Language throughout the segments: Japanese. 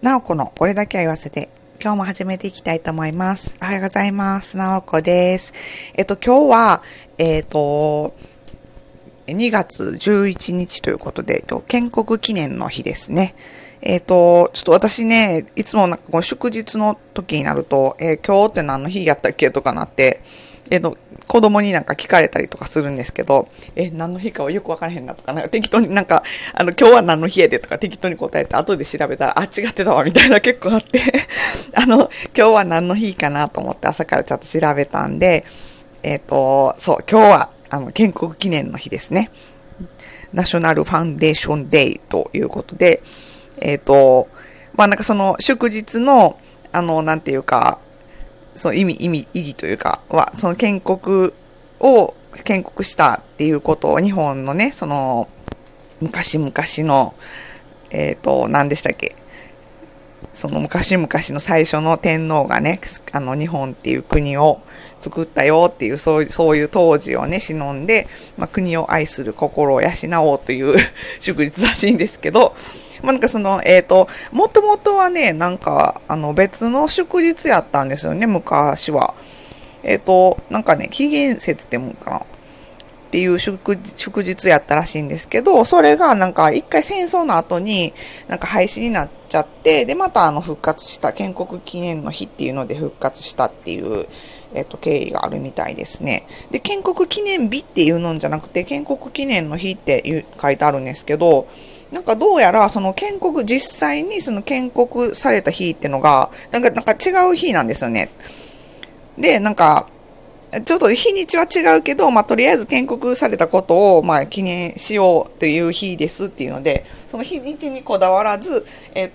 なおこのこれだけは言わせて、今日も始めていきたいと思います。おはようございます。なおこです。今日は、2月11日ということで、今日建国記念の日ですね。ちょっと私ね、いつもなんかこの祝日の時になると、今日って何の日やったっけとかなって、子供になんか聞かれたりとかするんですけど、何の日かはよくわからへんなとか、なんか適当になんか、今日は何の日やでとか適当に答えて、後で調べたら、あ、違ってたわ、みたいな結構あって今日は何の日かなと思って朝からちょっと調べたんで、そう、今日は、建国記念の日ですね。ナショナルファンデーションデイということで、なんかその祝日の、なんていうか、その意義というかは、その建国したっていうことを日本のね、その、昔々の、何でしたっけ、その昔々の最初の天皇がね、日本っていう国を作ったよっていう、そういう当時をね、忍んで、国を愛する心を養おうという祝日らしいんですけど、なんかその、もともとはね、なんか、別の祝日やったんですよね、昔は。なんかね、紀元節ってもんかなっていう祝日やったらしいんですけど、それがなんか一回戦争の後になんか廃止になっちゃって、で、また復活した、建国記念の日っていうので復活したっていう、経緯があるみたいですね。で、建国記念日っていうのじゃなくて、建国記念の日って書いてあるんですけど、なんかどうやらその実際にその建国された日ってのが、なんか違う日なんですよね。で、なんか、ちょっと日にちは違うけど、とりあえず建国されたことを、記念しようという日ですっていうので、その日にちにこだわらず、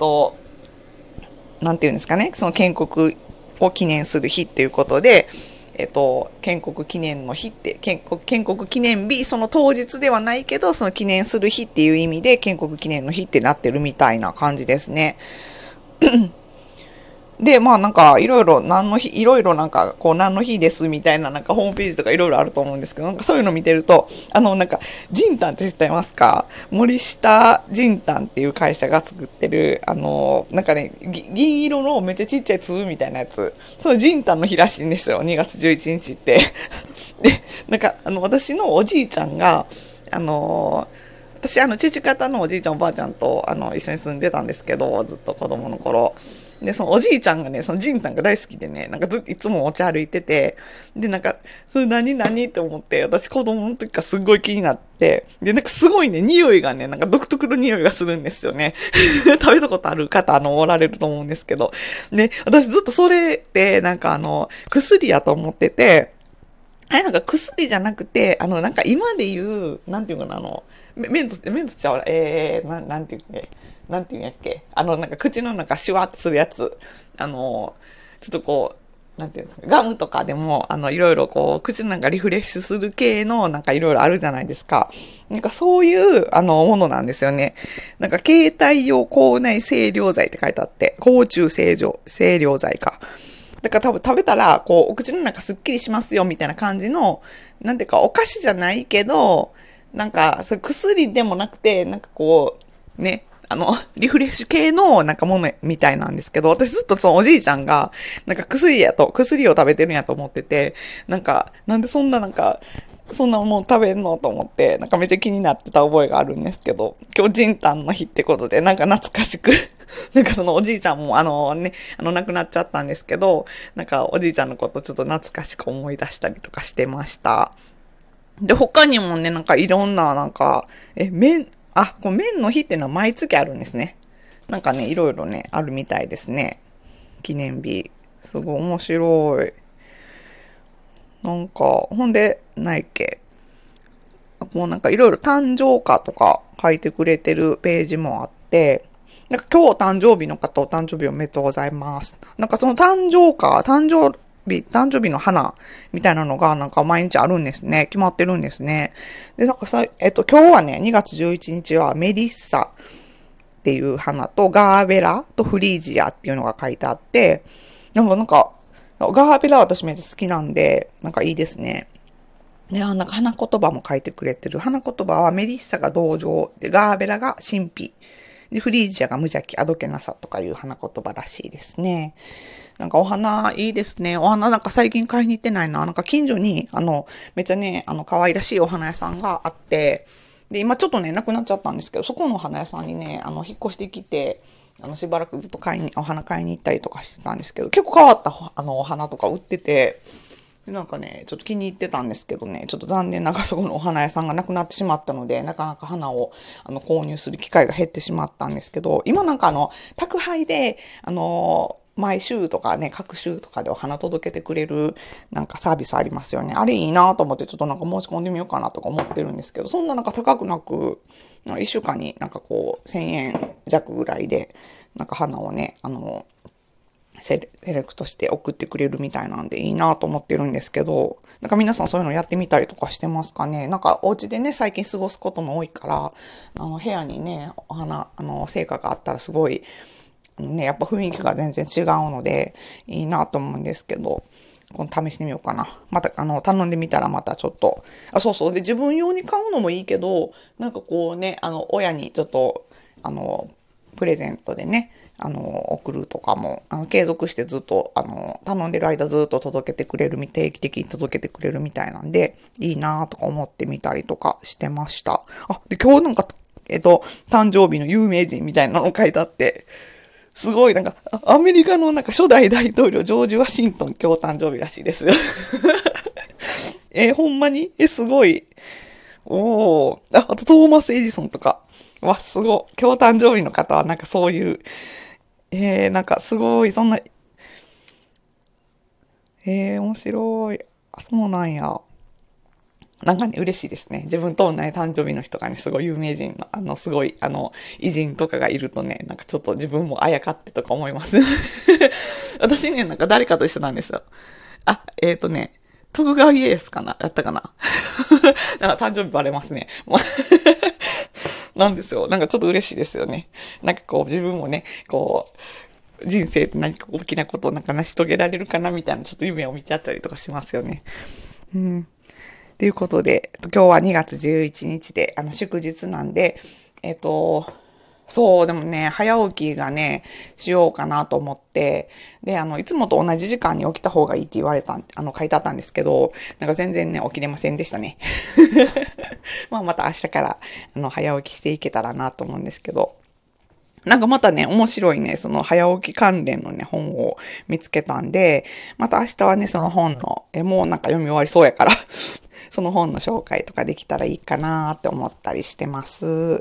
なんていうんですかね、その建国を記念する日っていうことで、建国記念の日って、建国記念日、その当日ではないけど、その記念する日っていう意味で、建国記念の日ってなってるみたいな感じですね。で、なんか、いろいろ何の日、いろいろなんか、こう、何の日ですみたいな、なんか、ホームページとかいろいろあると思うんですけど、なんかそういうの見てると、なんか、ジンタンって知ってますか？森下ジンタンっていう会社が作ってる、なんかね、銀色のめっちゃちっちゃい粒みたいなやつ。そのジンタンの日らしいんですよ、2月11日って。で、なんか、私のおじいちゃんが、私、父方のおじいちゃんおばあちゃんと、一緒に住んでたんですけど、ずっと子供の頃。で、そのおじいちゃんがね、そのジンさんが大好きでね、なんかずっといつもお茶歩いてて、で、なんか、それ何って思って、私子供の時からすっごい気になって、で、なんかすごいね、匂いがね、なんか独特の匂いがするんですよね。食べたことある方、おられると思うんですけど。で、私ずっとそれって、なんか薬やと思ってて、あれなんか薬じゃなくて、なんか今で言う、なんていうかな、メントちゃう、なんていうっけ、なんていうんやっけ、なんか口の中シュワってするやつ、ちょっとこう、なんていうんですか、ガムとかでも、いろいろこう、口の中リフレッシュする系の、なんかいろいろあるじゃないですか。なんかそういう、ものなんですよね。なんか、携帯用口内清涼剤って書いてあって、口中清涼剤か。だから多分食べたら、こう、お口の中すっきりしますよ、みたいな感じの、なんていうか、お菓子じゃないけど、なんか、それ薬でもなくて、なんかこう、ね、リフレッシュ系のなんかものみたいなんですけど、私ずっとそのおじいちゃんが、なんか薬を食べてるんやと思ってて、なんか、なんでそんななんか、そんなもん食べんのと思って、なんかめっちゃ気になってた覚えがあるんですけど、今日ジンタンの日ってことで、なんか懐かしくなんかそのおじいちゃんも亡くなっちゃったんですけど、なんかおじいちゃんのことちょっと懐かしく思い出したりとかしてました。で、他にもね、なんかいろんな、なんか、この麺の日っていうのは毎月あるんですね。なんかね、いろいろね、あるみたいですね。記念日。すごい面白い。なんか、ほんで、ないっけ。もうなんかいろいろ誕生花とか書いてくれてるページもあって、なんか今日誕生日の方お誕生日おめでとうございます。なんかその誕生日の花みたいなのがなんか毎日あるんですね。決まってるんですね。で、なんか今日はね、2月11日はメリッサっていう花とガーベラとフリージアっていうのが書いてあって、でもなんか、ガーベラは私めっちゃ好きなんで、なんかいいですね。で、なんか花言葉も書いてくれてる。花言葉はメリッサが同情で、ガーベラが神秘。 で、フリージアが無邪気、あどけなさとかいう花言葉らしいですね。なんかお花いいですね。お花なんか最近買いに行ってないな。なんか近所に、めっちゃね、可愛らしいお花屋さんがあって、で、今ちょっとね、なくなっちゃったんですけど、そこのお花屋さんにね、引っ越してきて、しばらくずっとお花買いに行ったりとかしてたんですけど、結構変わった、お花とか売ってて、でなんかね、ちょっと気に入ってたんですけどね、ちょっと残念ながらそこのお花屋さんがなくなってしまったので、なかなか花を購入する機会が減ってしまったんですけど、今なんか宅配で、毎週とかね、各週とかでお花届けてくれるなんかサービスありますよね。あれいいなと思ってちょっとなんか申し込んでみようかなとか思ってるんですけど、そんななんか高くなく、一週間になんかこう1000円弱ぐらいで、なんか花をね、セレクトして送ってくれるみたいなんでいいなと思ってるんですけど、なんか皆さんそういうのやってみたりとかしてますかね。なんかお家でね、最近過ごすことも多いから、部屋にね、お花、成果があったらすごい、ね、やっぱ雰囲気が全然違うので、いいなと思うんですけど、試してみようかな。また、頼んでみたらまたちょっと、そうそう。で、自分用に買うのもいいけど、なんかこうね、親にちょっと、プレゼントでね、送るとかも、継続してずっと、頼んでる間ずっと届けてくれる定期的に届けてくれるみたいなんで、いいなとか思ってみたりとかしてました。で、今日なんか、誕生日の有名人みたいなの書いてあって、すごいなんか、アメリカのなんか初代大統領ジョージ・ワシントン今日誕生日らしいです。ほんまにすごい。あとトーマス・エジソンとか。すごい。今日誕生日の方はなんかそういう、なんかすごい、そんな、面白い。そうなんや。なんかね、嬉しいですね。自分と同じ誕生日の人がね、すごい有名人の、すごい、偉人とかがいるとね、なんかちょっと自分もあやかってとか思います。私ね、なんか誰かと一緒なんですよ。徳川家康かなやったかななんか誕生日バレますね。なんですよ。なんかちょっと嬉しいですよね。なんかこう自分もね、こう、人生って何か大きなことをなんか成し遂げられるかなみたいなちょっと夢を見てあったりとかしますよね。うん。ということで、今日は2月11日で、祝日なんで、そう、でもね、早起きがね、しようかなと思って、で、いつもと同じ時間に起きた方がいいって言われた、書いてあったんですけど、なんか全然ね、起きれませんでしたね。まあ、また明日から、早起きしていけたらなと思うんですけど、なんかまたね、面白いね、その早起き関連のね、本を見つけたんで、また明日はね、その本の、もうなんか読み終わりそうやからその本の紹介とかできたらいいかなって思ったりしてます。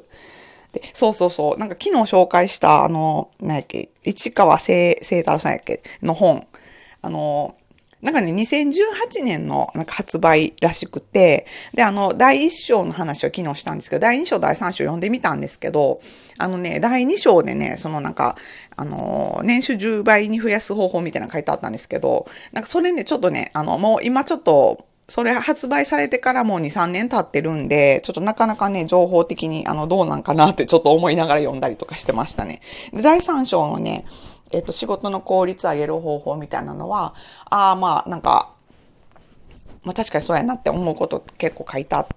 で、そうそうそう。なんか昨日紹介した、何やっけ、市川聖太郎さんやっけ、の本。あの、なんかね、2018年のなんか発売らしくて、で、第一章の話を昨日したんですけど、第二章、第三章読んでみたんですけど、第二章でね、そのなんか、年収10倍に増やす方法みたいなの書いてあったんですけど、なんかそれね、ちょっとね、もう今ちょっと、それ発売されてからもう2、3年経ってるんで、ちょっとなかなかね、情報的にどうなんかなってちょっと思いながら読んだりとかしてましたね。で、第3章のね、仕事の効率上げる方法みたいなのは、まあ、なんか、まあ確かにそうやなって思うこと結構書いてあって、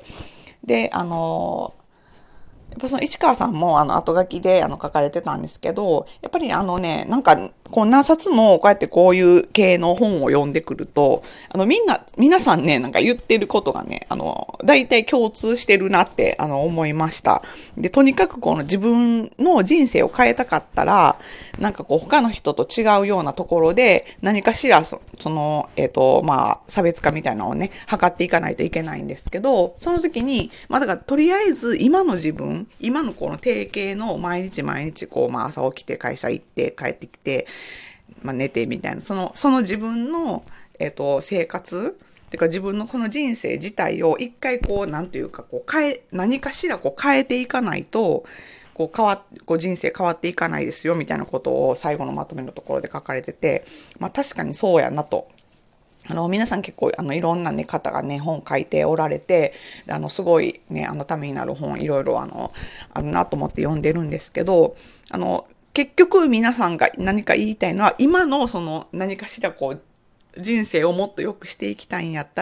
で、やっぱその市川さんも後書きで書かれてたんですけど、やっぱりなんかこう何冊もこうやってこういう系の本を読んでくると、皆さんね、なんか言ってることがね、大体共通してるなって思いました。で、とにかくこの自分の人生を変えたかったら、なんかこう他の人と違うようなところで何かしらまあ、差別化みたいなのをね、測っていかないといけないんですけど、その時に、まあだからとりあえず今の自分、今のこの定型の毎日毎日こう、まあ朝起きて会社行って帰ってきて、まあ寝てみたいな、その自分の、生活っていうか自分のこの人生自体を一回こう、なんていうかこう何かしらこう変えていかないと、こう人生変わっていかないですよみたいなことを最後のまとめのところで書かれてて、まあ確かにそうやなと。皆さん結構、いろんなね、方がね、本書いておられて、すごいね、ためになる本、いろいろ、あるなと思って読んでるんですけど、結局皆さんが何か言いたいのは、今のその何かしらこう、人生をもっと良くしていきたいんやったら、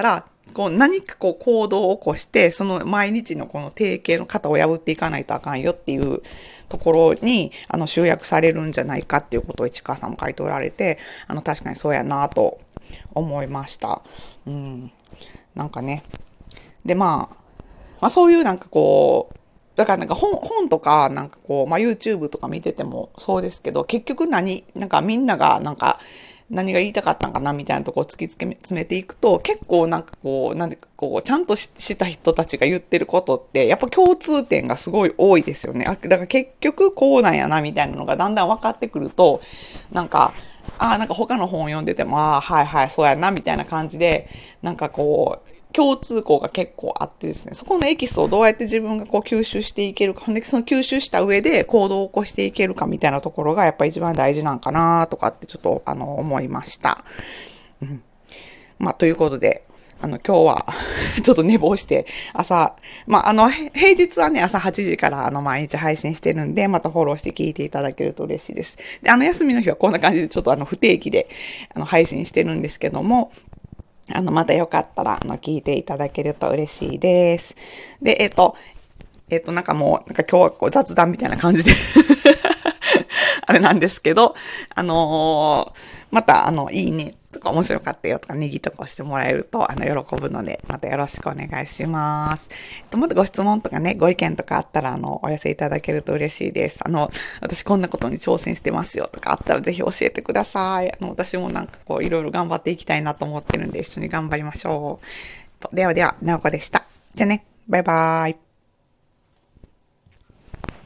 こう何かこう行動を起こして、その毎日のこの定型の型を破っていかないとあかんよっていうところに、集約されるんじゃないかっていうことを市川さんも書いておられて、確かにそうやなと思いました。うん。なんかね。で、そういうなんかこう、だからなんか本とか、なんかこう、YouTube とか見ててもそうですけど、結局なんかみんながなんか、何が言いたかったんかなみたいなところを突き詰めていくと、結構なんかこう、なんでかこう、ちゃんとした人たちが言ってることって、やっぱ共通点がすごい多いですよね。だから結局こうなんやなみたいなのがだんだん分かってくると、なんか、なんか他の本を読んでても、はいはい、そうやな、みたいな感じで、なんかこう、共通項が結構あってですね、そこのエキスをどうやって自分がこう吸収していけるか、ほんでその吸収した上で行動を起こしていけるかみたいなところがやっぱり一番大事なんかなとかってちょっと思いました。うん。ということで、今日はちょっと寝坊して朝、平日はね、朝8時から毎日配信してるんで、またフォローして聞いていただけると嬉しいです。で、休みの日はこんな感じでちょっと不定期で配信してるんですけども、またよかったら、聞いていただけると嬉しいです。で、なんかもう、なんか今日はこう雑談みたいな感じであれなんですけど、また、いいねとか面白かったよとか、ネギとか押してもらえると、喜ぶので、またよろしくお願いします。またご質問とかね、ご意見とかあったら、お寄せいただけると嬉しいです。私こんなことに挑戦してますよとかあったら、ぜひ教えてください。私もなんかこう、いろいろ頑張っていきたいなと思ってるんで、一緒に頑張りましょう。ではでは、なおこでした。じゃあね、バイバーイ。